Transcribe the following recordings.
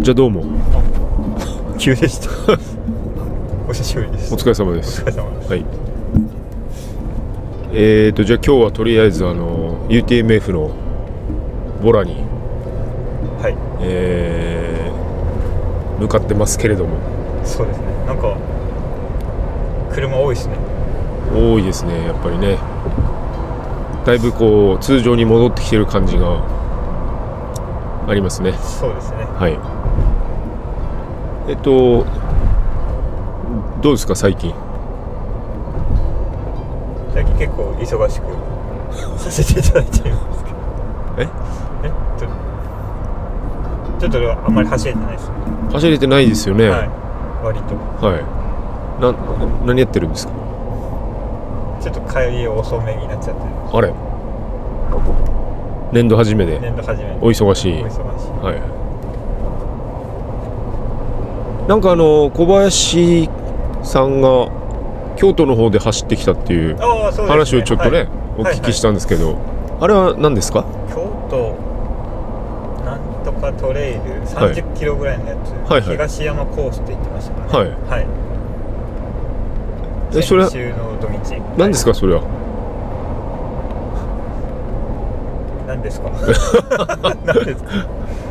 じゃあどうも。 急でした。お久しぶりです。 お疲れ様です。 お疲れ様です。 はい。じゃあ今日はとりあえずUTMF のボラに、 はい。 向かってますけれども。 そうですね。なんか車多いですね。 多いですね、やっぱりね。だいぶこう通常に戻ってきてる感じがありますね。 そうですね。 はい。どうですか最近。 最近結構忙しくさせていただいているんですけど。ちょっとあんまり走れてないですね。 走れてないですよね。 はい。割と。 はい。何やってるんですか。 ちょっと帰り遅めになっちゃってる。 あれ。年度初めで。お忙しい。 お忙しい。 はい。なんか小林さんが京都の方で走ってきたっていう話をちょっとね、はい、お聞きしたんですけど、あれは何ですか。 京都なんとかトレイル30キロぐらいのやつ、はいはい、東山コースって言ってましたからね。はい、はい、 それは先週の土日。 何ですか、それは。 何ですか。何ですか。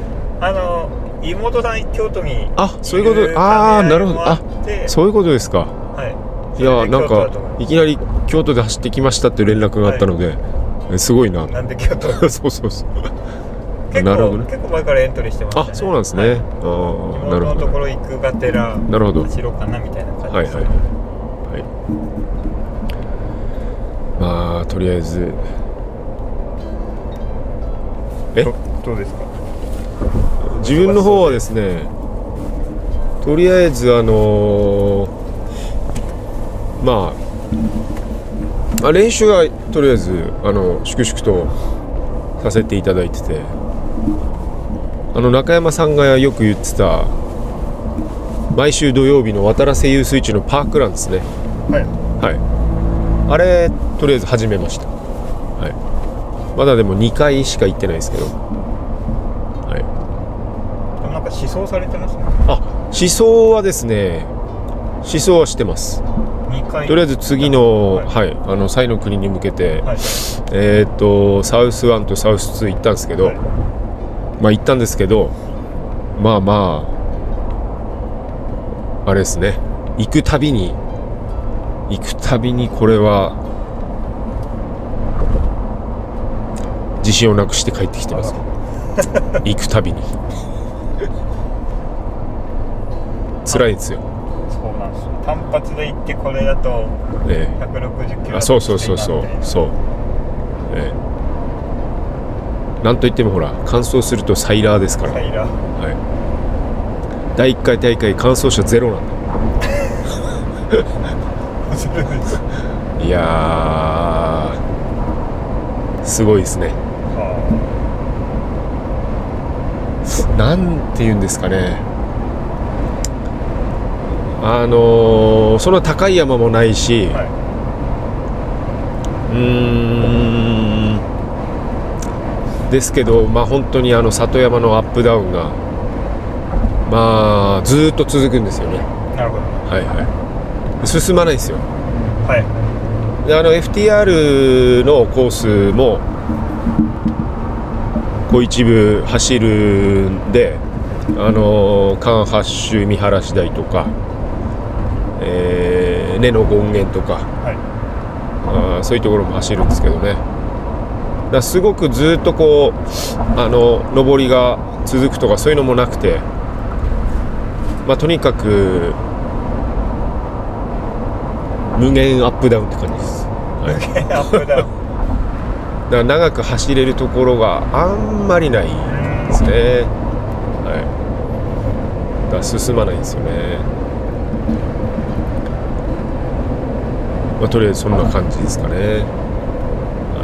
妹さん京都に。 そういうこと。なるほど。そういうことですか。はい。いや、なんかいきなり京都で走ってきましたって連絡があったので、はい、すごいな。 なんで京都。 そうそうそう。 なるほどね。結構前からエントリーしてましたね。 そうなんですね。 はい、妹のところ行くがてらなるほど走ろうかなみたいな感じです。 はいはいはい。まあとりあえずどうですか。 自分の方はですね、とりあえず練習はとりあえず粛々とさせていただいてて、中山さんがよく言ってた毎週土曜日の渡良瀬遊水地のパークランですね。はいはい。あれとりあえず始めました。はい。まだでも2回しか行ってないですけど。はい。 なんか思想されてますね。 思想はですね、思想はしてます。とりあえず次の、はい、西の国に向けて、はい、サウス1とサウス2行ったんですけど、はい、行ったんですけど、あれですね、行くたびにこれは自信をなくして帰ってきてます。行くたびに辛いですよ。 そうなんですよ。単発で行ってこれだと160キロ、 そう、なんといってもほら完走するとサイラーですから。はい、第1回大会完走者ゼロなんだ。いやーすごいですね。なんて言うんですかね、その高い山もないし、はい、ですけど本当に里山のアップダウンがずーっと続くんですよね。 なるほど。 はいはい。進まないですよ。 はい。 でFTR のコースもこう一部走るんで、関八周見晴らし台とか、根の権現とか、はい、そういうところも走るんですけどね。だすごくずっとこう上りが続くとかそういうのもなくて、とにかく無限アップダウンって感じです。はい、 無限アップダウン。 だから長く走れるところがあんまりないですね。はい。だから進まないんですよね。とりあえずそんな感じですかね。はい、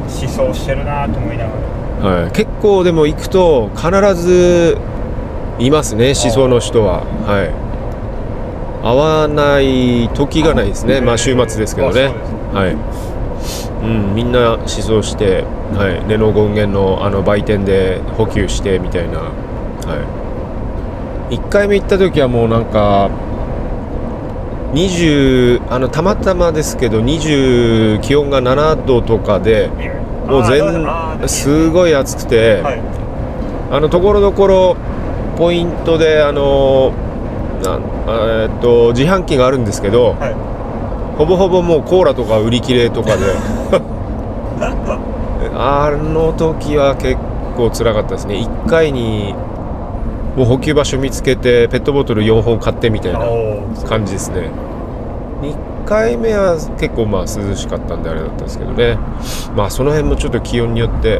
思想してるなと思いながら。はい。結構でも行くと必ずいますね、思想の人は。はい。会わない時がないですね。週末ですけどね。はい。みんな思想して、はい、根の権現の売店で補給してみたいな 1回目行った時はもうなんかたまたまですけど気温が7度とかでもうすごい暑くて、ところどころポイントで自販機があるんですけど、ほぼほぼもうコーラとか売り切れとかであの時は結構辛かったですね。1回にもう補給場所見つけてペットボトル4本買ってみたいな感じですね。2回目は結構まあ涼しかったんであれだったんですけどね。まあその辺もちょっと気温によって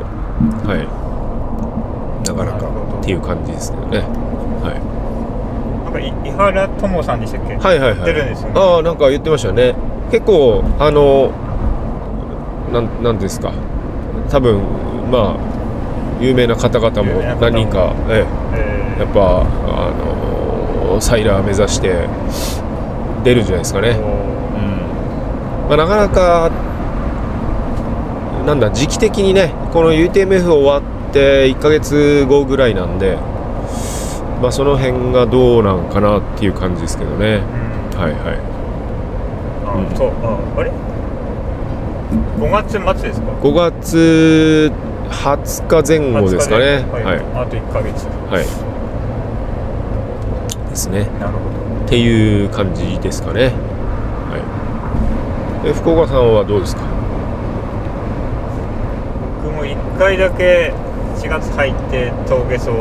なかなかっていう感じですけどね。 なんか井原智さんでしたっけ？言ってるんですよね。 ああ、なんか言ってましたね。結構なんですか、多分まあ有名な方々も何人かやっぱサイラー目指して出るんじゃないですかね。なかなか時期的にね、この UTMF 終わって1ヶ月後ぐらいなんで、その辺がどうなんかなっていう感じですけどね。 あれ5月末ですか ？5月20日前後ですかね。 あと1ヶ月ですね。 なるほどっていう感じですかね。福岡さんはどうですか？ 僕も1回だけ4月入って峠走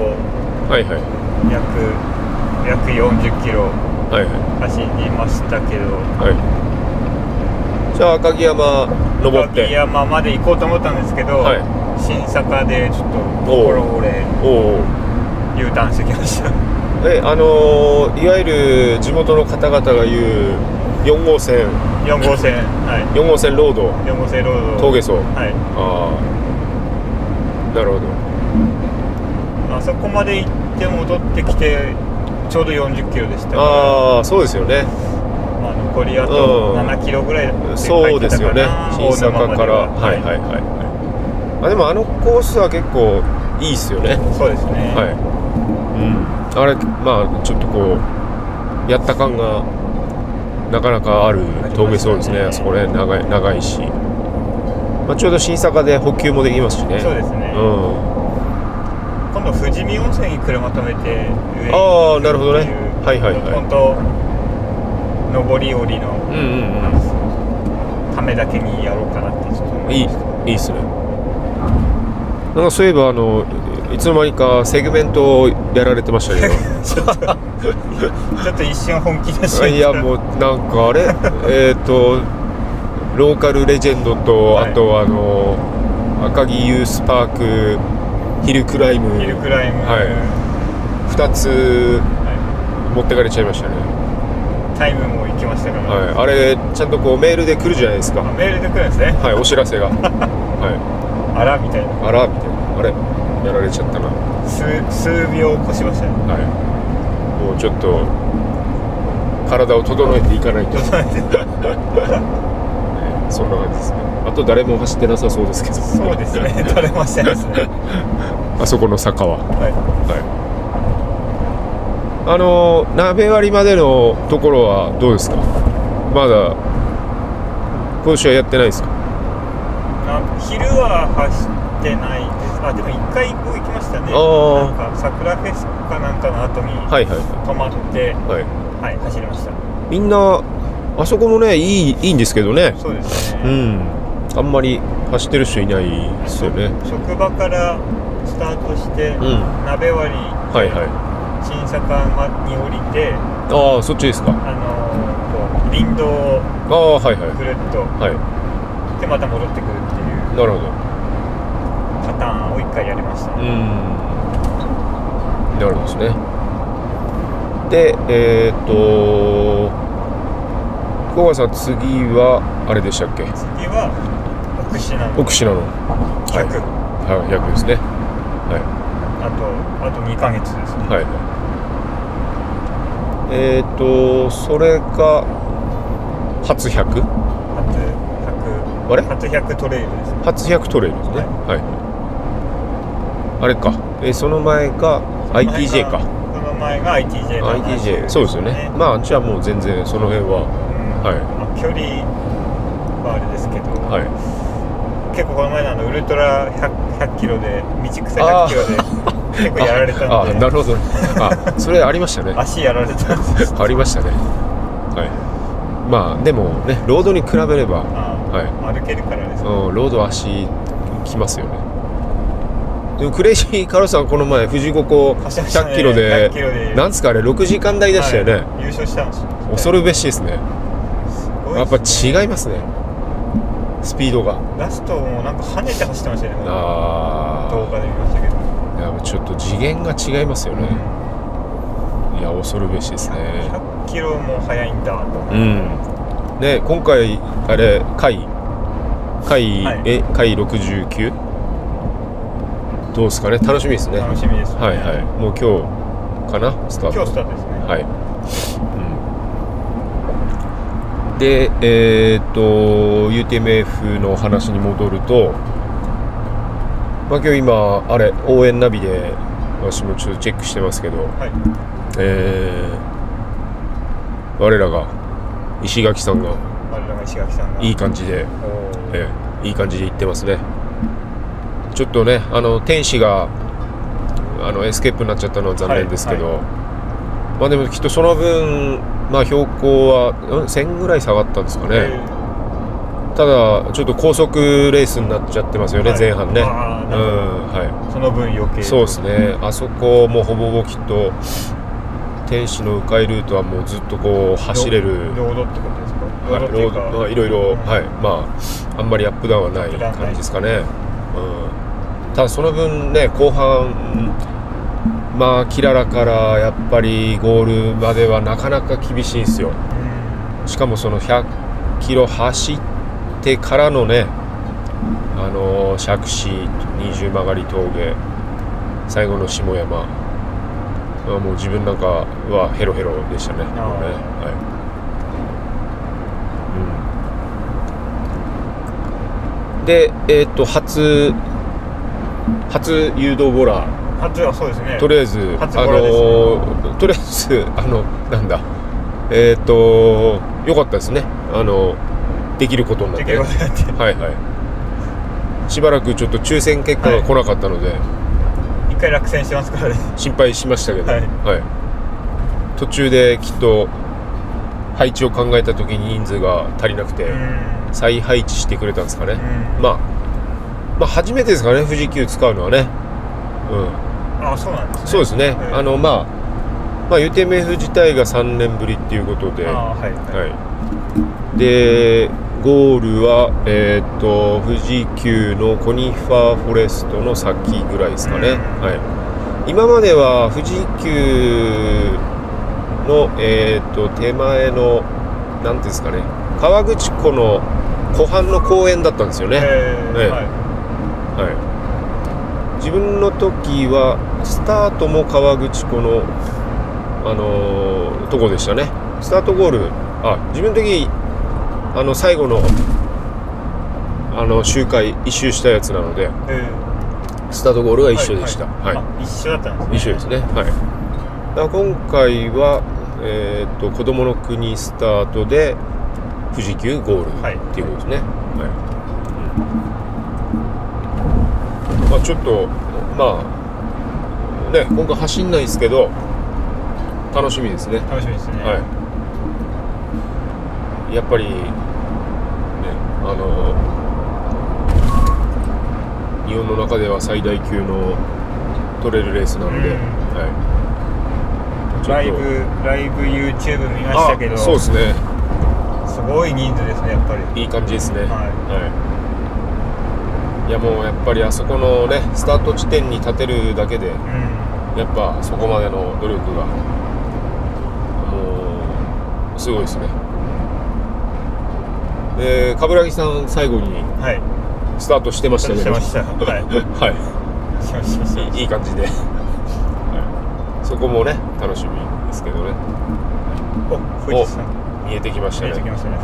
約40キロ走りましたけど、 じゃあ赤城山登って赤城山まで行こうと思ったんですけど、新坂でちょっと心折れ U ターンしてきました。 いわゆる地元の方々が言う4号線ロード峠走。なるほど。 あそこまで行って戻ってきてちょうど40キロでしたから。 ああ、そうですよね。 残りあと7キロぐらいって書いてたかな。そうですよね。 新坂からでもコースは結構いいっすよね。 そうですね。 あれちょっとこうやった感がなかなかある峠そうですね。あそこね、長いし、ちょうど新坂で補給もできますしね。 そうですね。今度富士見温泉に車止めて上に行くっていう。なるほどね。 本当上り下りのためだけにやろうかなってちょっと思いました。 いいっすね。なんかそういえばいつの間にかセグメントをやられてましたけどちょっと一瞬本気でしまいやもうなんかローカルレジェンドと、あと赤城ユースパークヒルクライム2つ持ってかれちゃいましたね。 タイムも行きましたから、 あれちゃんとこうメールで来るじゃないですか。 メールで来るんですね。 お知らせがあらみたいなあれやられちゃったな。 数秒越しましたね。 もうちょっと体を整えていかないとそんな感じですね。あと誰も走ってなさそうですけど。 そうですね、誰も走ってないですねあそこの坂は鍋割りまでのところはどうですか？まだ今年はやってないですか？ 昼は走ってないです。でも1回行きましたね。なんか桜フェスかなんかの後に泊まって走りました。 みんなあそこもねいいんですけどね。 そうですね。 あんまり走ってる人いないですよね。 職場からスタートして、鍋割り新坂に降りて、 そっちですか。 林道をぐるっとでまた戻ってくるっていう。 なるほど。 パターンを1回やりましたね。 なるほどですね。で福岡さん次はあれでしたっけ？ 次は奥信濃 100ですね。 あと2ヶ月ですね。 それが初 100？ 初100トレイルですね。 初100トレイルですね。 あれか、その前が ITJ か。 その前が ITJ。 そうですよね。まあじゃあもう全然その辺は、はい。 距離はあれですけど、はい、結構この前のウルトラ100キロで道草100キロで結構やられたんで。 なるほどね。それありましたね。 足やられたんです。 ありましたね。はい。まあでもね、ロードに比べれば、 はい、歩けるからですね。 ロード足きますよね。でもクレイジーカロさんこの前富士五湖100キロで、なんですかあれ6時間台でしたよね。はい、 優勝したんですよ、ね。 恐るべしですね。やっぱ違いますね。スピードが。 ラストもなんか跳ねて走ってましたよね。動画で見ましたけど。 いやちょっと次元が違いますよね。いや恐るべしですね。 100キロも速いんだと。 ね、今回あれ回 69 どうですかね。楽しみですね。 楽しみですね。 はいはい。もう今日かなスタート。 今日スタートですね。 はい。でUTMF の話に戻ると、まあ、今日今あれ応援ナビで私もちょっとチェックしてますけど、はい、我らが石垣さんがいい感じで、いい感じでいってますね。ちょっとね天使がエスケープになっちゃったのは残念ですけど、はいはい、まあでもきっとその分まあ標高は1000ぐらい下がったんですかね。ただちょっと高速レースになっちゃってますよね、はい、前半ね。はい、 その分余計。 そうですね。あそこもほぼほぼきっと天使の迂回ルートはもうずっとこう走れる。 ロードってことですか。 はい、ロード、まあ、いろいろ、はい、まああんまりアップダウンはない感じですかね。ただその分ね後半まあキララからやっぱりゴールまではなかなか厳しいんですよ。しかもその100キロ走ってからのね釈子二重曲がり峠最後の下山、もう自分なんかはヘロヘロでしたね。で初誘導ボラー、 そうですね、 とりあえずとりあえずなんだ良かったですね。できることになって、はいはい、しばらくちょっと抽選結果が来なかったので、 一回落選してますからね。 心配しましたけど、はいはい、途中できっと配置を考えた時に人数が足りなくて再配置してくれたんですかね。まあ初めてですかね、富士急使うのはね。 そうなんですね。 そうですね。まあ UTMF 自体が3年ぶりっていうことで、でゴールは富士急のコニファーフォレストの先ぐらいですかね。今までは富士急の手前のなんていうんですかね、河口湖の湖畔の公園だったんですよね。自分の時はスタートも河口湖のとこでしたね。スタートゴール自分の時最後の周回一周したやつなので、スタートゴールが一緒でした。 一緒だったんですね。 一緒ですね。はい。だから今回は子どもの国スタートで富士急ゴールっていうことですね。まあちょっとまあね今回走んないですけど楽しみですね。 楽しみですね。 やっぱりね日本の中では最大級のトレイルレースなので、 ライブ YouTube 見ましたけど、 そうですね。 すごい人数ですね、やっぱり。 いい感じですね。いやもうやっぱりあそこのねスタート地点に立てるだけで、やっぱそこまでの努力がもうすごいですね。で冠城さん最後にスタートしてましたね。 してました。 いい感じで、そこもね楽しみですけどね。 富士山見えてきましたね。 富士山。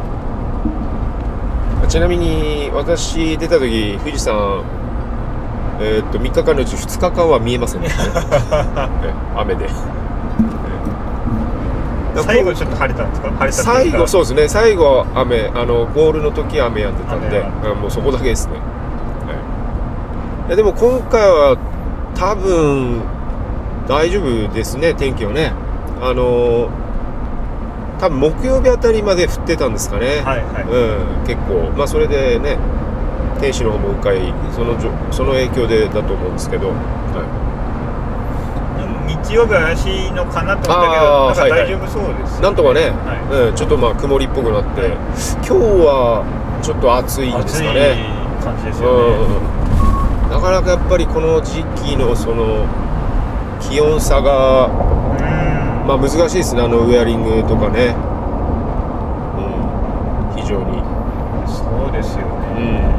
ちなみに私出た時富士山 3日間のうち2日間は見えませんでしたね雨で。 最後ちょっと晴れたんですか？晴れた最後そうですね、最後雨、ゴールの時雨やんでたんで、もうそこだけですね。いやでも今回は多分大丈夫ですね、天気はね。多分木曜日あたりまで降ってたんですかね。結構まあそれでね、天使の方も迂回、その影響でだと思うんですけど、 日曜日は怪しいのかなと思ったけど、なんか大丈夫そうです、ね。 なんとかね、ちょっとまあ曇りっぽくなって、今日はちょっと暑いんですかね。 暑い感じですよね。 なかなかやっぱりこの時期のその気温差が、まあ難しいですね、ウェアリングとかね、非常に。 そうですよね。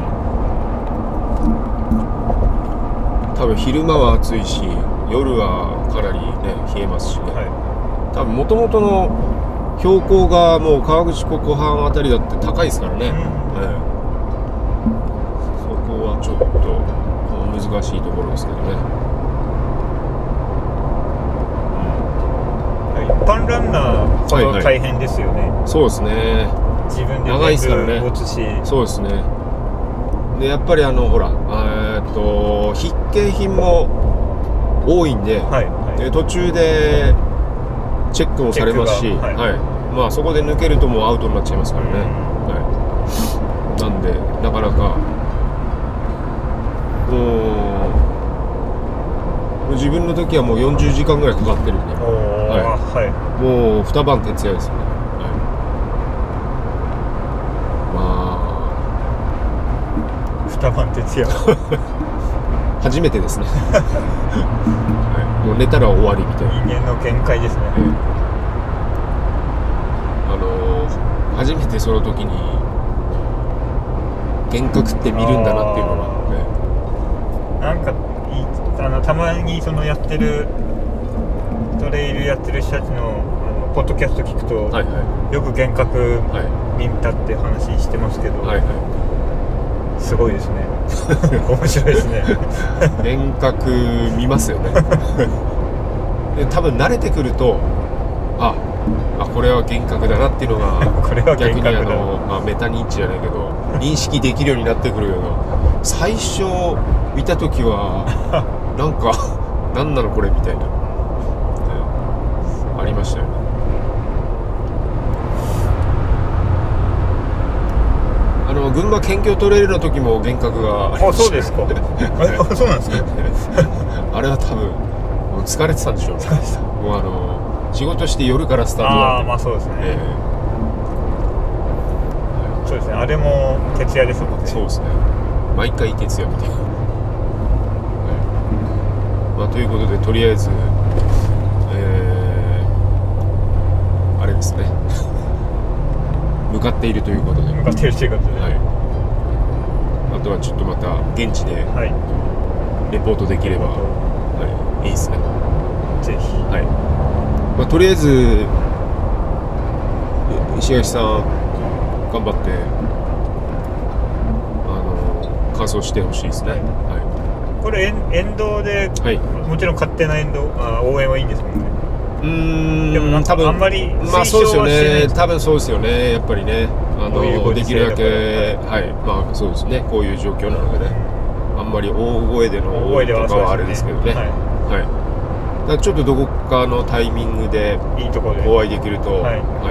多分昼間は暑いし、夜はかなりね冷えますしね。多分元々の標高がもう河口湖湖畔あたりだって高いですからね。そこはちょっと難しいところですけどね。 一般ランナーほど大変ですよね。 そうですね。 自分で長いですからね。 持つし。そうですね。 でやっぱりほら必携品も多いんで、途中でチェックもされますし、まあそこで抜けるともうアウトになっちゃいますからね。なんでなかなか自分の時はもう40時間ぐらいかかってるんで、もう2晩徹夜ですよね。 2晩徹夜初めてですねもう寝たら終わりみたいな。 人間の限界ですね。 初めてその時に幻覚って見るんだなっていうのが、 なんかたまにそのやってるトレイルやってる人たちのポッドキャスト聞くと、よく幻覚見たって話してますけど、すごいですね面白いですね幻覚見ますよねで多分慣れてくるとこれは幻覚だなっていうのがこれは逆にメタ認知じゃないけど認識できるようになってくるけど、最初見た時はなんか何なのこれみたいな、ありましたよね。群馬県境トレイルの時も幻覚がありました。 そうですかそうなんですかあれは多分もう疲れてたんでしょうね。もう仕事して夜からスタートなんで。 まあそうですね、そうですね。あれも徹夜ですもんね。 そうですね、毎回徹夜みたいな、ということでとりあえずあれですね向かっているということで、 あとはちょっとまた現地でレポートできれば、いいですね。 ぜひ。 とりあえず石垣さん頑張って完走してほしいですね。 これ沿道で、もちろん勝手な沿道応援はいいんですもんね。でもなんかあんまりそうですよね。多分そうですよね。やっぱりね、できるだけそうですね。こういう状況なのでね、あんまり大声での応援とかはあれですけどね。だからちょっとどこかのタイミングでお会いできると、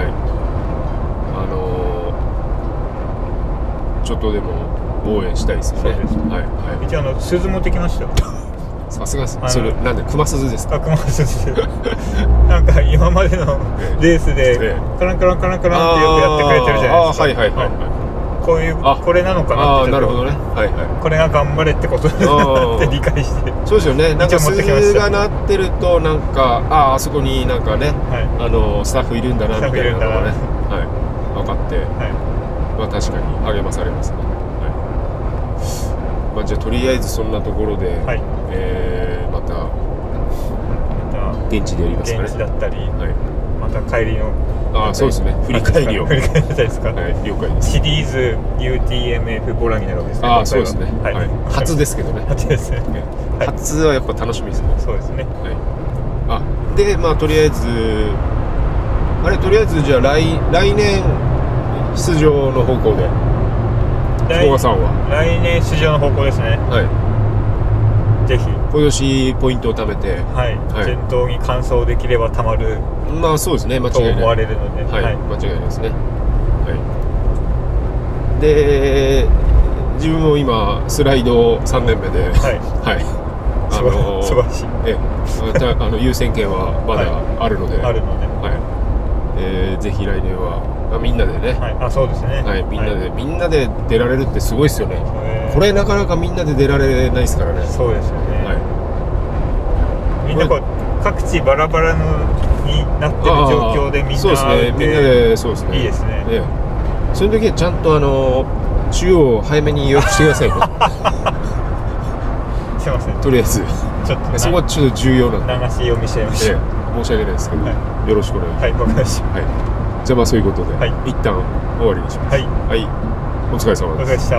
ちょっとでも応援したいですよね。 一応鈴持ってきました。 さすがそれなんで熊鈴ですか？ 熊鈴なんか今までのレースでカランカランカランカランってよくやってくれてるじゃないですか。こういうこれなのかなって。 なるほどね。 これが頑張れってことだなって理解して。 そうですよね。なんか鈴が鳴ってるとなんかあそこになんかねスタッフいるんだなみたいなのがね分かって確かに励まされますね。じゃあとりあえずそんなところで、また現地でやりますかね。 現地だったり、また帰りのああ、そうですね。振り返りを。 振り返りたいですか。 はい、了解です。 シリーズ UTMF ご覧になるわけですね。 ああ、そうですね。 はい。 初ですけどね。 初ですね。 初はやっぱ楽しみですね。 そうですね。 はい。あ、で、まあとりあえずじゃあ来年出場の方向で。福岡さんは。 来年出場の方向ですね。 はい。 ぜひ今年ポイントを貯めて、 順当に完走できればたまる、 まあそうですね、間違いないと思われるので、 間違いないですね。で、自分も今スライド3年目で、 素晴らしい。 優先権はまだあるので、ぜひ来年はみんなでね、 そうですね。 みんなで出られるってすごいですよね。これなかなかみんなで出られないですからね。 そうですよね。みんなこう各地バラバラのになってる状況でみんな会で、そうですね。 いいですね。 その時はちゃんと中央早めに予約してくださいね。 すいません。 とりあえずちょっとそこはちょっと重要なんで。 流し読みしちゃいました。 申し訳ないですけど、よろしくお願いします。 はい、わかりました。 じゃあまあそういうことで、一旦終わりにします。はい、お疲れ様です。 お疲れ様でした。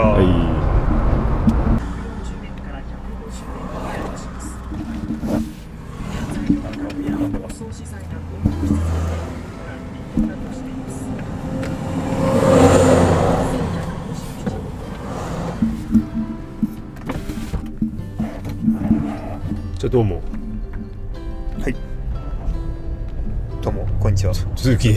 じゃあどうも。 はい。どうもこんにちは。 続き。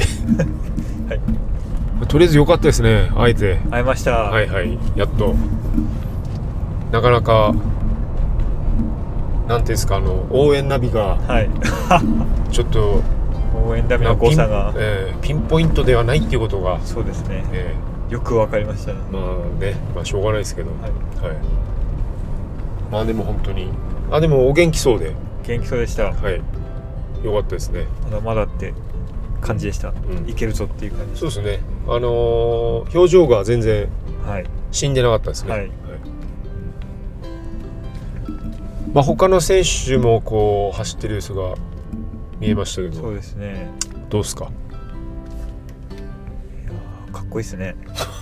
とりあえず良かったですね。会えました。 やっと。なかなかなんていうんですか、応援ナビがちょっと応援ナビの誤差がピンポイントではないっていうことが、 そうですね。よくわかりましたね。 まあしょうがないですけど、まあでも本当にでもお元気そうで。 元気そうでした。 よかったですね。 まだまだって感じでした。いけるぞっていう感じ。 そうですね。表情が全然死んでなかったですね。まあ他の選手もこう走ってる様子が見えましたけど。 そうですね。 どうですか。 いやかっこいいですね。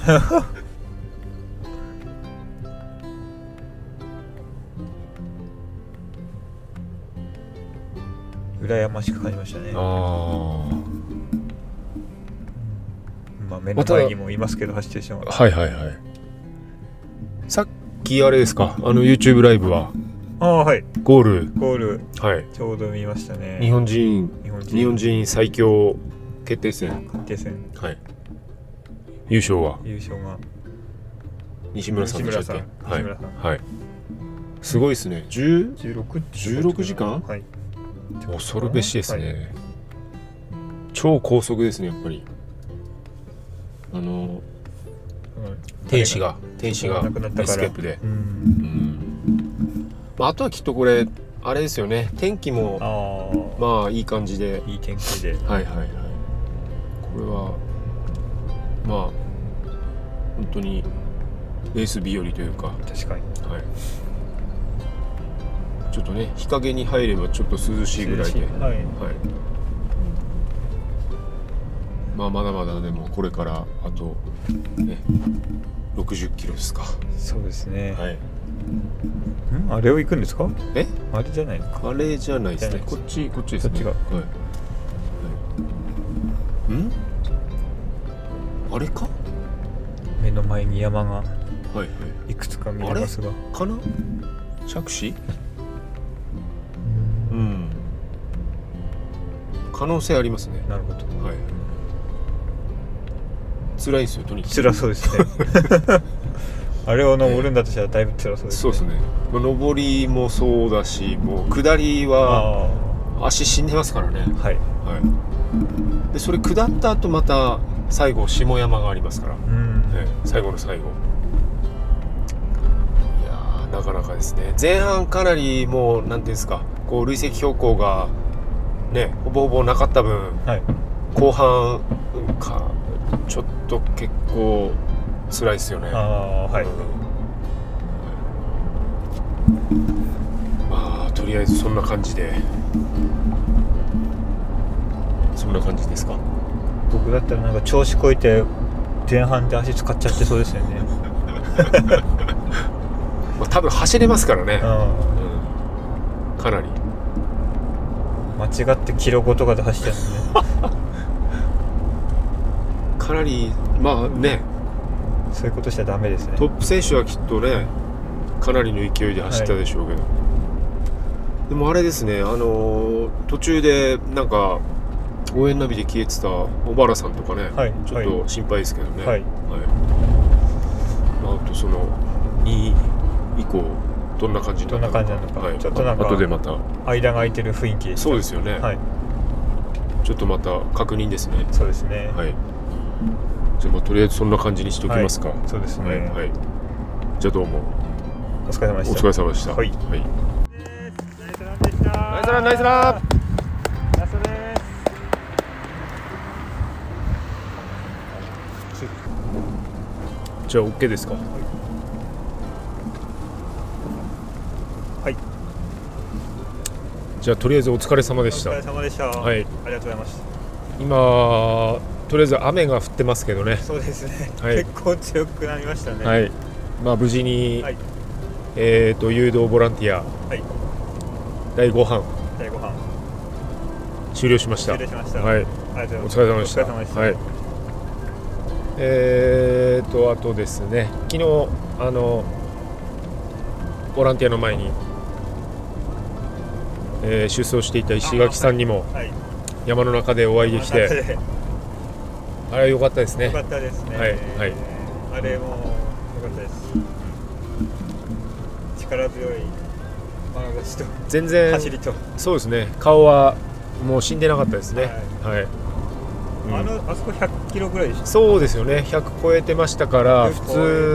羨ましく感じましたね。まあ目の前にもいますけど走ってしまう。 さっきあれですか、YouTube ライブはゴールちょうど見ましたね。 日本人最強決定戦優勝が西村さんでしたっけ。すごいですね。16時間恐るべしですね。超高速ですね、やっぱり。天使がエスケープで。あとはきっとこれあれですよね、天気もまあいい感じで、 いい天気で、 これはまあ本当にレース日和というか。 確かに。 ちょっとね、日陰に入ればちょっと涼しいぐらいで、まあまだまだでもこれからあとね60キロですか。 そうですね。あれを行くんですか。あれじゃないのか。 あれじゃないですね。こっちですね。あれか。 目の前に山がいくつか見えますが。 かな。着手。可能性ありますね。 なるほど。 辛いですよ、とにかく。 辛そうですね。あれを登るんだとしたらだいぶ辛そうですね。 そうですね。上りもそうだし、もう下りは足死んでますからね。でそれ下った後また最後下山がありますから、最後の最後。いやー、なかなかですね。前半かなりもうなんていうんですか、こう累積標高がねほぼほぼなかった分、後半ちょっと結構辛いですよね。まあとりあえずそんな感じですか。 僕だったらなんか調子こいて前半で足使っちゃってそうですよねまあ多分走れますからね、かなり間違ってキロ5とかで走っちゃうんでねかなりまあね、 そういうことしちゃダメですね。 トップ選手はきっとねかなりの勢いで走ったでしょうけど、でもあれですね、途中でなんか応援ナビで消えてた小原さんとかね、ちょっと心配ですけどね、まあ、あとその2以降どんな感じになったのか、 ちょっとなんか後でまた間が空いてる雰囲気でした。 そうですよね、ちょっとまた確認ですね。 そうですね、 じゃあ、とりあえずそんな感じにしておきますか。 そうですね、 じゃあどうもお疲れ様でした。 お疲れ様でした。 ナイスランでした。 ナイスランラストです。 じゃあ OK ですか。 はい。 じゃあとりあえずお疲れ様でした。 お疲れ様でした。 はい。 ありがとうございました。 今とりあえず雨が降ってますけどね。 そうですね。結構強くなりましたね。 まあ無事に、誘導ボランティア、第5班終了しました。 終了しました。 お疲れ様でした。あとですね、昨日ボランティアの前に、出走していた石垣さんにも山の中でお会いできて、あれは良かったですね。 良かったですね。あれも良かったです。力強い眼差しと全然走りと、 そうですね。顔はもう死んでなかったですね。 あそこ100キロぐらいでした。 そうですよね。100超えてましたから、普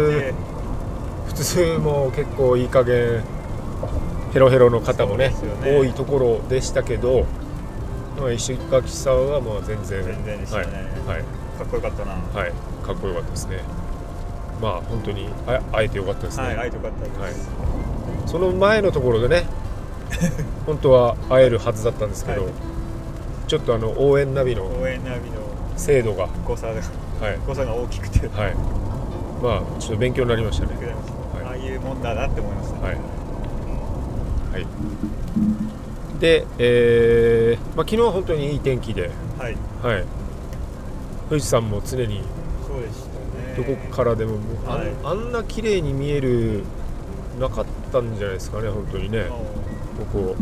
通も結構いい加減ヘロヘロの方もね多いところでしたけど、石垣さんはもう全然でしたね。かっこよかったな。 かっこよかったですね。まあ本当に会えてよかったですね。 会えてよかったです。 その前のところでね本当は会えるはずだったんですけど、ちょっと応援ナビの精度が誤差が大きくて、 まあちょっと勉強になりましたね。 ああいうもんだなって思いました。 で、昨日は本当にいい天気で、富士山も常にどこからでもあんな綺麗に見えるなかったんじゃないですかね、本当にね。ここ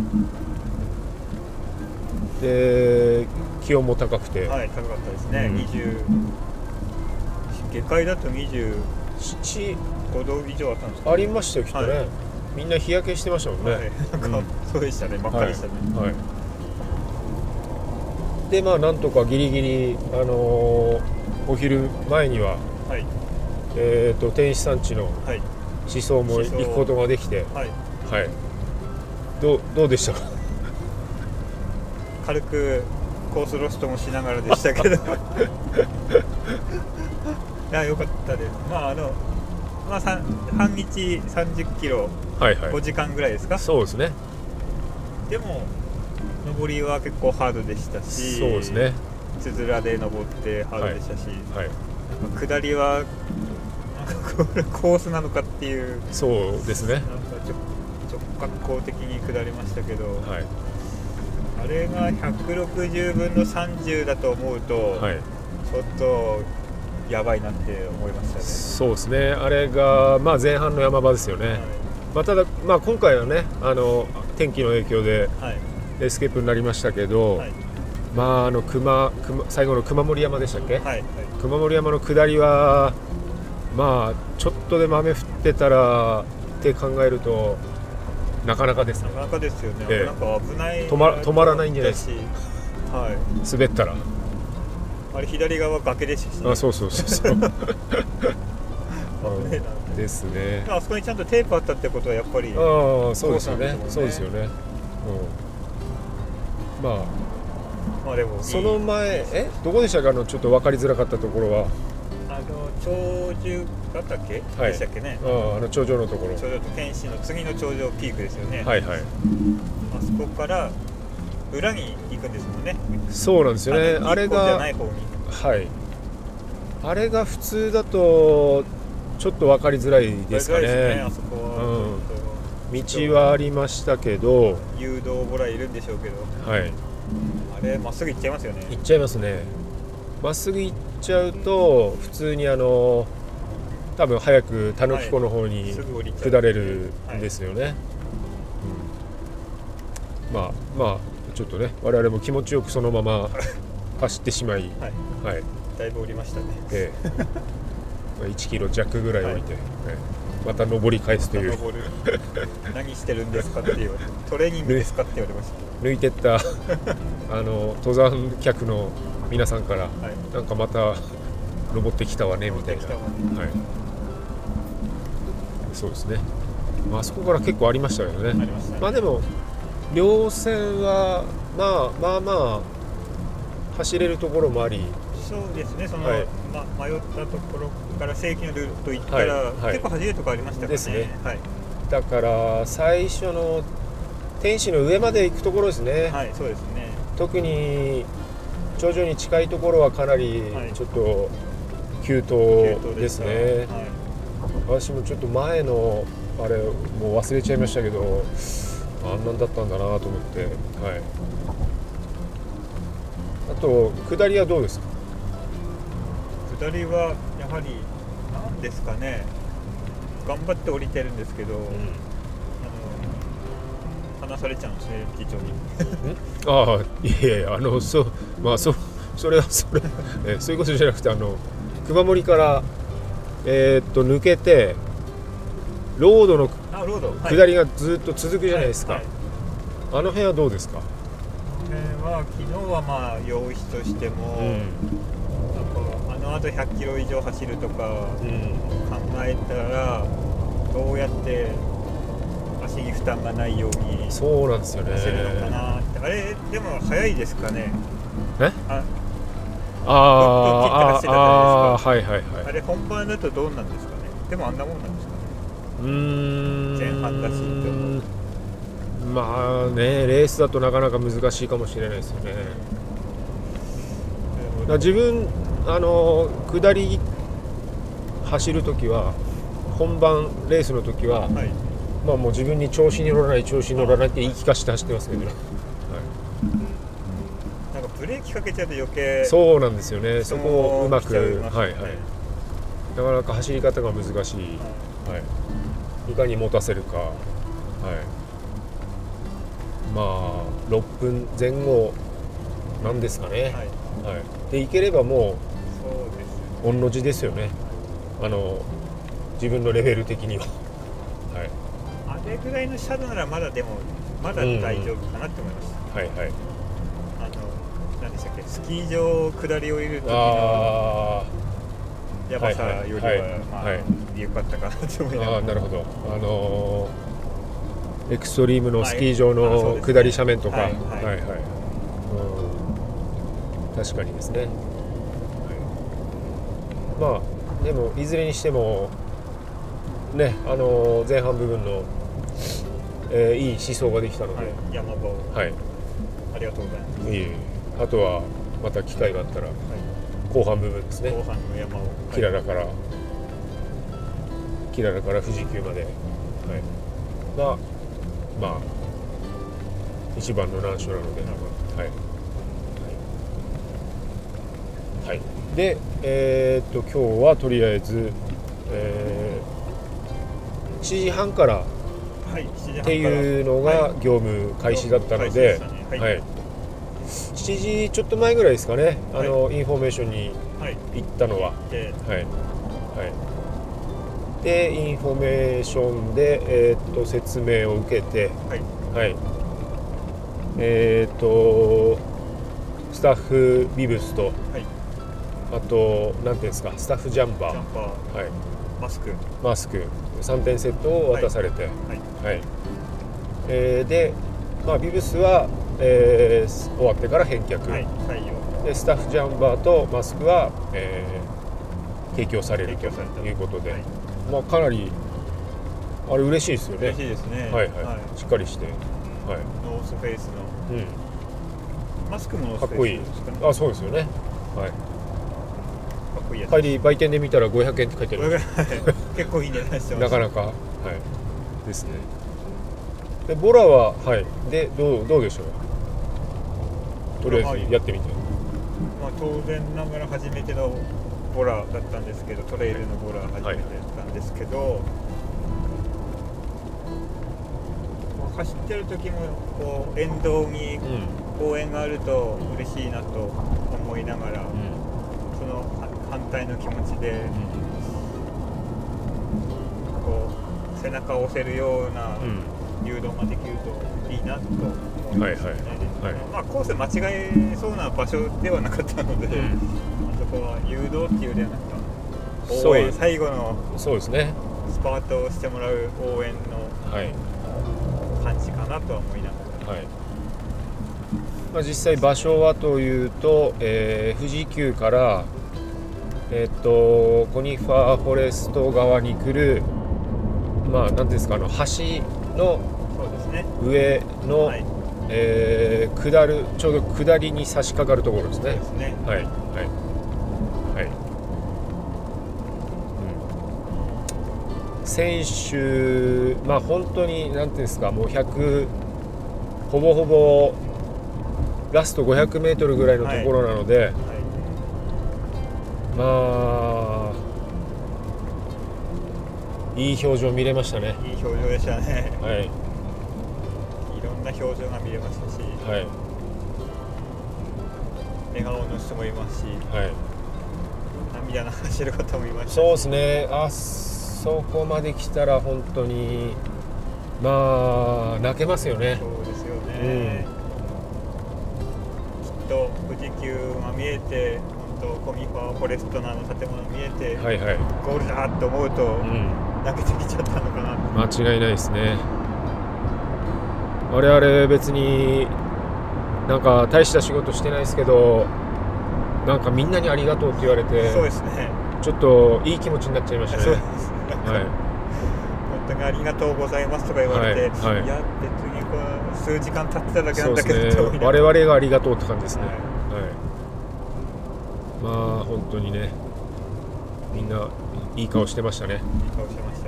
で気温も高くて、 高かったですね。下界だと27、5度以上あったんですか。 ありましたよきっとね。みんな日焼けしてましたもんね。 そうでしたね。真っ赤でしたね。 でまあなんとかギリギリお昼前には天使山地の思想も行くことができて、どうでしたか。 軽くコースロストもしながらでしたけどいや良かったです。半日30キロ、5時間ぐらいですか。 そうですね。 でも上りは結構ハードでしたし、 そうですね。 つづらで登ってハードでしたし、下りはコースなのかっていう。 そうですね。 なんか直角行的に下りましたけど、あれが160分の30だと思うと、ちょっとやばいなって思いましたね。 そうですね。あれが前半の山場ですよね。ただ今回はね天気の影響でエスケープになりましたけど、最後の熊森山でしたっけ。熊森山の下りはちょっとでも雨降ってたらって考えるとなかなかですね。 なかなかですよね。なんか危ない。 止まらないんじゃないですか。滑ったら。 あれ左側崖でしたしね。 そう危ねえなですね。 あそこにちゃんとテープあったってことはやっぱり。 そうですよね。そうですよね。でもその前どこでしたか。ちょっと分かりづらかったところは頂上だったっけ、でしたっけね。 頂上のところ。 頂上と天使の次の頂上ピークですよね。 あそこから裏に行くんですもんね。 そうなんですよね。あれがはい。あれが普通だとちょっと分かりづらいですかね。 あそこは、 道はありましたけど、 誘導ボラいるんでしょうけど、 はい、 あれまっすぐ行っちゃいますよね。 行っちゃいますね。まっすぐ行っちゃうと普通に多分早く田貫湖の方に下れるんですよね。まあちょっとね、我々も気持ちよくそのまま走ってしまい、 はい、だいぶ降りましたね。 1キロ弱ぐらい置いて、また登り返すという。 何してるんですかって言われて、トレーニングですかって言われました。 抜いてった登山客の皆さんから、なんかまた登ってきたわねみたいな。そうですね。あそこから結構ありましたよね。まあでも稜線はまあ走れるところもあり、 そうですね。迷ったところから正規のルート行ったら、結構走れるところありましたからね。ですね。 だから最初の天使の上まで行くところですね。 そうですね。 特に頂上に近いところはかなりちょっと急登ですね。私もちょっと前のあれもう忘れちゃいましたけど、あんなんだったんだなと思って。あと下りはどうですか？ 下りはやはり何ですかね、頑張って降りてるんですけど、話されちゃうんですね、議長に。 いやそれはそういうことじゃなくて、熊森から抜けてロードの下りがずっと続くじゃないですか。あの辺はどうですか？ 昨日は用意としても、あのあと100キロ以上走るとか考えたら、どうやって足に負担がないようにそうなんですよね。 走るのかなって。あれでも早いですかね。あれ本番だとどうなんですかね。でもあんなもんなんですかね。前半だしまあね、レースだとなかなか難しいかもしれないですよね。自分下り走るときは、本番レースのときは、もう自分に調子に乗らないって言い聞かせて走ってますけどね。 なんかブレーキかけちゃうと余計。 そうなんですよね。そこをうまく、なかなか走り方が難しい。いかに持たせるか。6分前後なんですかね。でいければもう御の字ですよね。自分のレベル的には。 あれぐらいの斜度ならまだ大丈夫かなって思います。何でしたっけ、スキー場下り降りる時のやばさよりは良かったかなと思いながら。 なるほど。エクストリームのスキー場の下り斜面とか、確かにですね。でもいずれにしてもね、前半部分の、いい思想ができたので、 山場を、ありがとうございます。 あとはまた機会があったら、後半部分ですね。 後半の山を、 キララから富士急まで、が一番の難所なので、で、今日はとりあえず、7時半からっていうのが業務開始だったので、7時ちょっと前ぐらいですかね、インフォメーションに行ったのは。でインフォメーションで、説明を受けて、スタッフビブスと、あと何ていうんですか、スタッフジャンバー、マスク3点セットを渡されて、で、ビブスは、終わってから返却、でスタッフジャンバーとマスクは、提供されるということで、かなりあれ嬉しいですよね。 嬉しいですね。 しっかりして、 ノースフェイスの、マスクもノースフェイスですかね。 そうですよね。 こいいやつ。 帰り売店で見たら500円って書いてある。 結構いい値段してます。 なかなか、はいですね。でボラははいでどうでしょう。とりあえずやってみて。 まあ当然ながら初めてのボラだったんですけど、トレイルのボラ初めてだったんですけど、走ってる時もこう沿道に公園があると嬉しいなと思いながら、その反対の気持ちで、こう背中を押せるような誘導ができるといいなと思いますね。まあコース間違えそうな場所ではなかったので、あそこは誘導っていうよりはなんか応援、最後のそうですね、 スパートをしてもらう応援の感じかなとは思いながら、 まあ、実際場所はというと、富士急から、コニファーフォレスト側に来る、まあ何ですか、橋の上の、下るちょうど下りに差し掛かるところですね。選手、まあ本当に何ていうんですか、もうほぼほぼラスト500メートルぐらいのところなので、まあいい表情見れましたね。 いい表情でしたね。いろんな表情が見れましたし、笑顔の人もいますし、涙の走る方もいましたし。 そうですね。そこまで来たら本当にまあ泣けますよね。 そうですよね。きっと富士急が見えて、本当コミファーフォレストの建物見えて、ゴールだと思うと、泣けてきちゃったのかな。 間違いないですね。我々別になんか大した仕事してないですけど、なんかみんなにありがとうって言われて、 そうですね、 ちょっといい気持ちになっちゃいましたね。 本当にありがとうございますとか言われて、いや別にこの数時間経ってただけなんだけど、 我々がありがとうって感じですね。まあ本当にね、みんないい顔してましたね。 いい顔してました。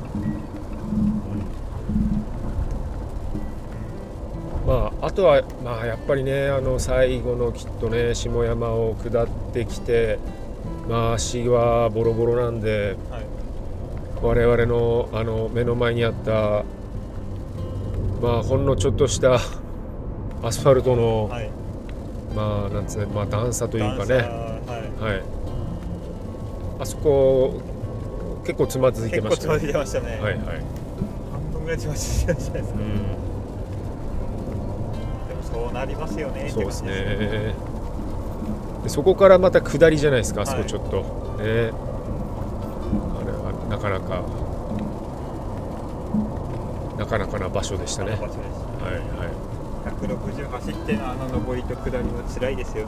まああとはまあやっぱりね、最後のきっとね下山を下ってきて、まあ足はボロボロなんで、我々の目の前にあったまあほんのちょっとしたアスファルトの、まあなんつうね、まあ段差というかね、あそこ結構つまずいてましたね。 結構つまずいてましたね。半分ぐらいつまずいてましたね。でもそうなりますよね。 そうですね。でそこからまた下りじゃないですか、あそこちょっと、あれはなかなかな場所でしたね。 160走っての上りと下りは辛いですよね。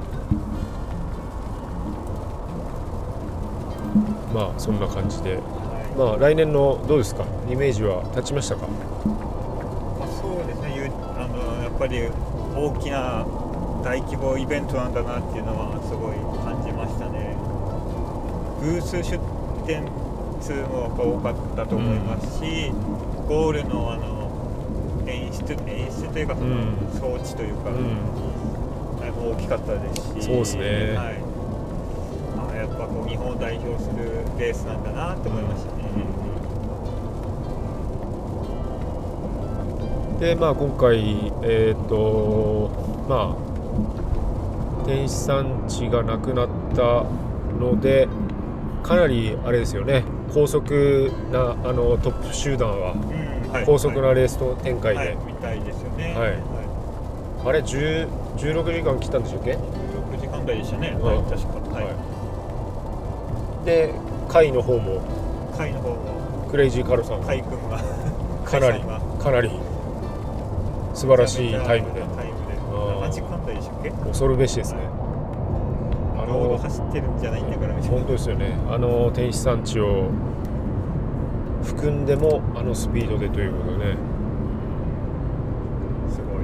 まあそんな感じで、まあ来年のどうですか、イメージは立ちましたか？ そうですね、やっぱり大きな大規模イベントなんだなっていうのはすごい感じましたね。ブース出店数も多かったと思いますし、ゴールの演出というか、その装置というか、大きかったですし、 そうですね。 やっぱこう日本を代表するレースなんだなと思いましたね。 でまあ今回まあ天使山地がなくなったので、かなりあれですよね、高速なトップ集団は高速なレースと展開で、 みたいですよね。 あれ16時間切ったんでしたっけ？ 16時間台でしたね。確か。 で回の方もクレイジーカロさん海君がかなり素晴らしいタイムで 7時間台でしたっけ？ 恐るべしですね。 ロード走ってるんじゃないんだからみたいな。 本当ですよね。天使山地を含んでもスピードでということでね、 すごい、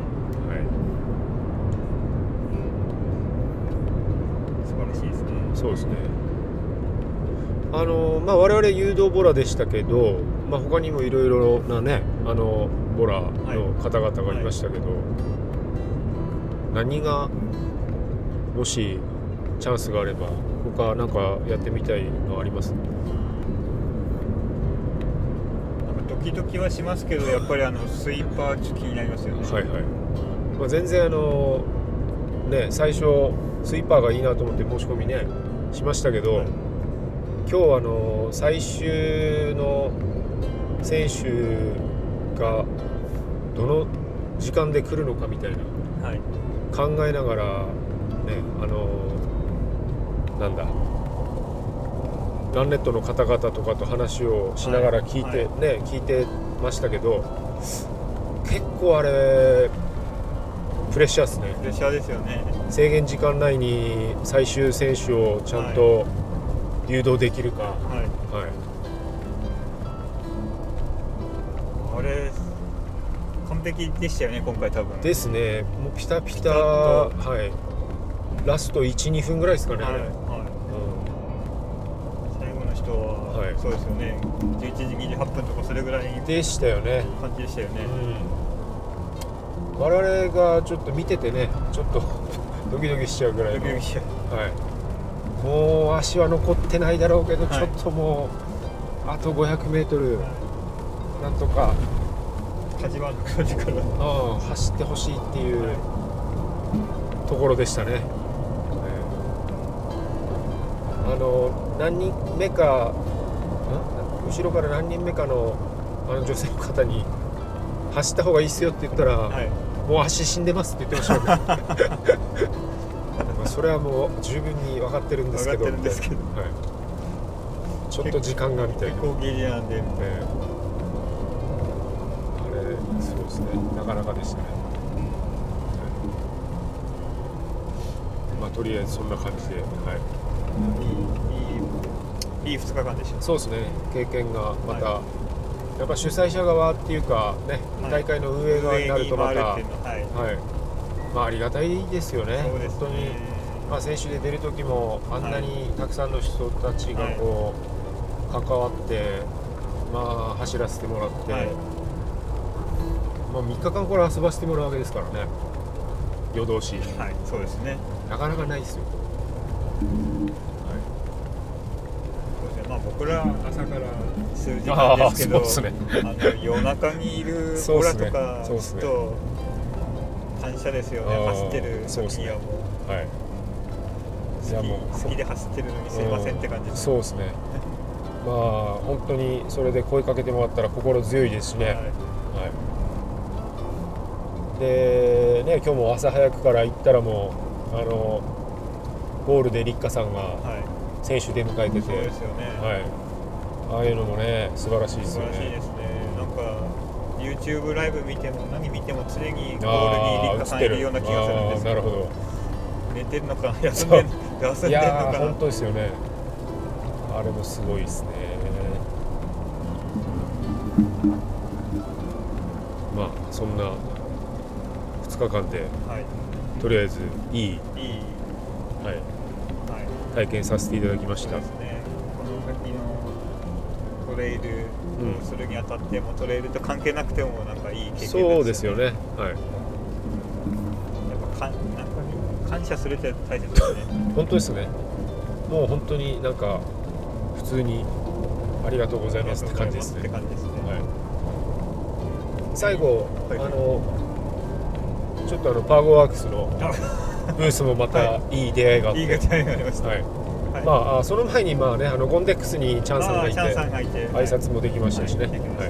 素晴らしいですね。 そうですね。 まあ、我々誘導ボラでしたけど、まあ、他にもいろいろなねボラの方々がいましたけど、何がもしチャンスがあれば他なんかやってみたいのあります？ なんかドキドキはしますけど、やっぱりスイーパーちょっと気になりますよね。 はいはい。まあ、全然ね、最初スイーパーがいいなと思って申し込みねしましたけど、はい、今日最終の選手がどの時間で来るのかみたいな、はい、考えながらね、なんだランネットの方々とかと話をしながら聞いて、はいね、聞いてましたけど、結構あれプレッシャーですね。 プレッシャーですよね。 制限時間内に最終選手をちゃんと誘導できるか、はいはい、 あれ完璧でしたよね今回多分。 ですね。もうピタピタ、はい、ラスト 1,2 分ぐらいですかね、はいはい、 最後の人は、はい、そうですよね、11時28分とかそれぐらいでしたよね。 感じでしたよね、 うん、我々がちょっと見ててね、ちょっとドキドキしちゃうぐらいの、ドキドキしちゃう、はい、もう足は残ってないだろうけど、はい、ちょっともうあと 500m、はい、なんとか始まる感じから、 走ってほしいっていう、はい、ところでしたね。何人目か後ろから何人目かの女性の方に走った方がいいっすよって言ったら、はい、もう足死んでますって言ってましたねまあそれはもう十分に分かってるんですけど、はい、ちょっと時間がみたいな、 結構ギリなんで、 そうですね、なかなかでしたね、まあとりあえずそんな感じで、はい、 いい2日間でした。 そうですね、経験がまた、はい、やっぱ主催者側っていうかね、はい、大会の運営側になるとまた、はいまあ、ありがたいですよね。そうですね、本当に、まあ、選手で出る時もあんなにたくさんの人たちがこう、関わって、まあ、走らせてもらって、はいまあ、3日間これ遊ばせてもらうわけですからね、夜通し、 はい、そうですね、 なかなかないですよ。 まあ、僕ら朝から数時間ですけど、ね、夜中にいるボラとかちょっと感謝ですよね。走ってる時にはもう、はい、好きで走ってるのにすいませんって感じです。 そうですねまあ本当にそれで声かけてもらったら心強いですしね、はいはい、でね、今日も朝早くから行ったらもうゴールで立花さんが、はい選手出迎えてて、そうですよね、はい、ああいうのもね素晴らしいですよね。 素晴らしいですね。なんか YouTube ライブ見ても何見ても常にゴールに立花さんいるような気がするんですけど、なるほど、寝てるのか休んでるのか、いや本当ですよね。あれもすごいですね。まあそんな2日間で、はい、とりあえずいいはい体験させていただきました。 そうですね、この先のトレイルをするにあたっても、トレイルと関係なくてもなんかいい経験ですよね。 そうですよね、はい、やっぱなんか感謝するって大切ですね本当ですね。もう本当になんか普通にありがとうございますって感じですね。はい、最後、はい、ちょっとパーゴワークスのブースもまたいい出会いがあって、 いい出会いがありました。はいはい、まあその前にまあねゴンデックスにチャンさんがいて挨拶もできましたしね。はいはいはい、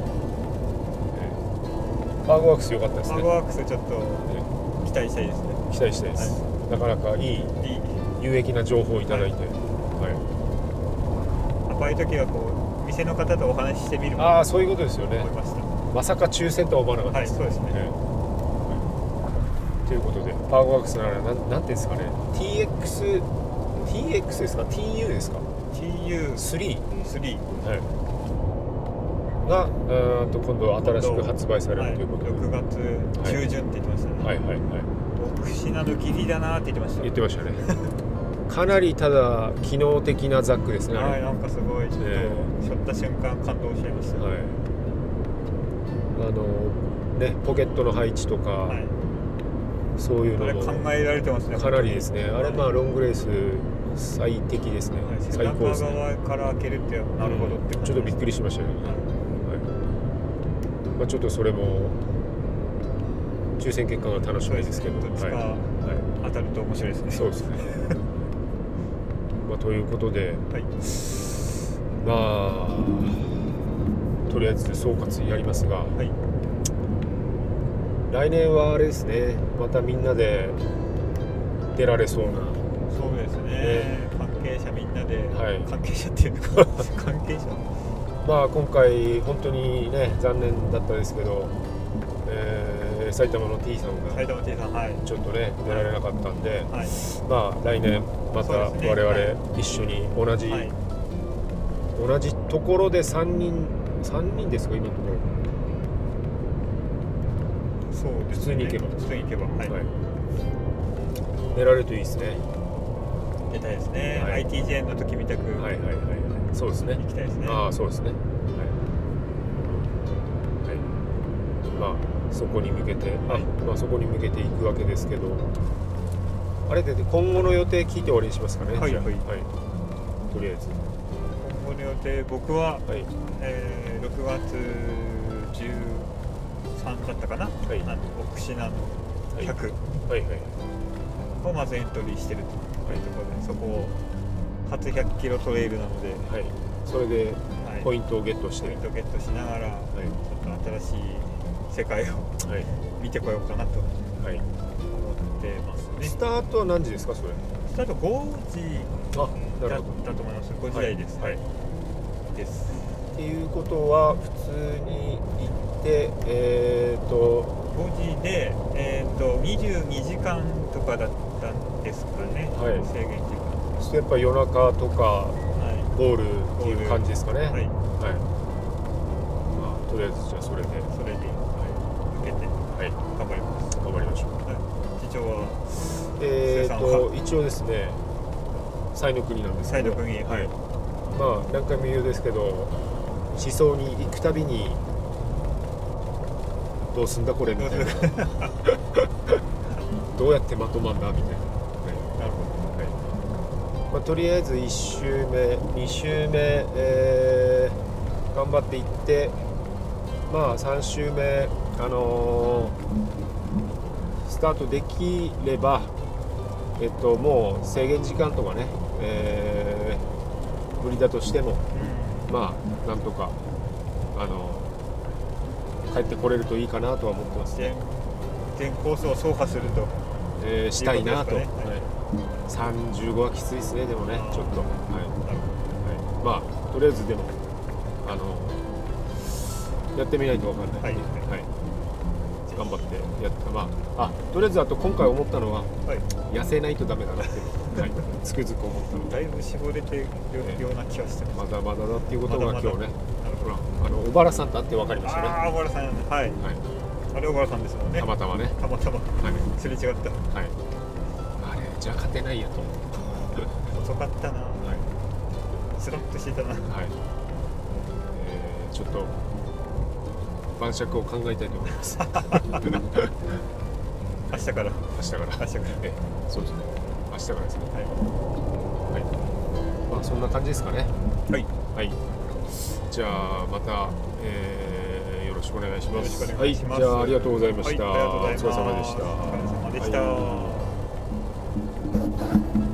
パーゴワークス良かったですね。 パーゴワークスちょっと期待したいですね。 期待したいです。はい、なかなかいい有益な情報をいただいて、はいはい、 こういう時はこう店の方とお話ししてみる。 ああそういうことですよね。まさか抽選とは思わなかったです。 はい、そうですね。 ということでパーゴワークスならなんていうんですかね、 TX ですか TU ですか TU3、はい、が今度新しく発売されるということで、 6月中旬って言ってましたね。はいはいはい、6品のギリだなって言ってました。 言ってましたねかなりただ機能的なザックですね。 はい、なんかすごいちょっと背負った瞬間感動しちゃいました。 はい、ね、ポケットの配置とか、はい、そういうのも考えられてますね。 かなりですね。あれまあロングレース最適ですね。はい、最高ですね。 背中側から開けるってなるほどって、 ちょっとびっくりしましたよね。はい、まあ、ちょっとそれも抽選結果が楽しみですけど、 どっちか当たると面白いですね。 そうですね。まあ、ということで、はい、まあとりあえず総括やりますが、はい、来年はあれですね、またみんなで出られそうな。 そうですね、関係者みんなで、はい、関係者っていうのか関係者まあ今回本当にね残念だったですけど、埼玉の T さんがちょっとね出られなかったんで、はい、まあ来年また我々一緒に同じところで3人ですか今のところ。 そうですね、普通に行けばはい、はい、 出られるといいですね。 出たいですね、はい、ITJ の時みたく、 はいはいはい、そうですね、 行きたいですね。 ああそうですね、はい、はい、まあそこに向けて、はい、まあそこに向けていくわけですけど、あれで今後の予定聞いて終わりにしますかね。はい、はい、はい、とりあえず今後の予定、僕は、はい、6月13だったかな、はい、奥信濃100、はいはいはい、をまずエントリーしてるというところで、そこを初100キロトレイルなので、 はい、それでポイントをゲットして、 ポイントをゲットしながら、はい、ちょっと新しい世界を、はい、見てこようかなと思ってますね。 スタートは何時ですかそれ？ スタート5時だったと思います。5時台です。はい、はい、です。 っていうことは普通に行って 5時で22時間とかだったんですかね。はい、制限時間。 そしてやっぱ夜中とか、はい、ゴールっていう感じですかね。はい。はい。まあとりあえずじゃあそれで。 向けて、はい、頑張ります。 頑張りましょう。 はい、次長は一応ですね、西の国なんですけど、 西の国、はい、 まあ何回も言うですけど、思想に行くたびにどうすんだこれみたいなどうやってまとまんだみたいな、はい、なるほど、はい、まあ、とりあえず1周目2周目、頑張っていって、まあ3周目スタートできれば、もう制限時間とかね、無理だとしても、まあなんとか帰ってこれるといいかなとは思ってますね。 全コースを走破すると、 したいなと、はい、35はきついですね。でもねちょっと、はいはい、まあとりあえずでもやってみないと分かんないので、はいはい、頑張ってやって、まあとりあえずあと今回思ったのは、はい、痩せないとダメだなって、はい、つくづく思ったので、 だいぶ絞れてるような気がしてます。 まだまだだっていうことが今日ね、小原さんと会って分かりましたね。 小原さん、はい、はい、あれ小原さんですもんね。 たまたまね、 たまたま、はい、すれ違った。 はい、あれじゃあ勝てないやと思って遅かったな、はい、スラッとしてたな、はい、 ちょっと晩酌を考えたいと思います明日からそうですね、明日からですね。はい、はい、まあそんな感じですかね。はい、はい、じゃあまた、よろしくお願いします。はい、じゃあありがとうございました。お疲れ様でした。 お疲れ様でした。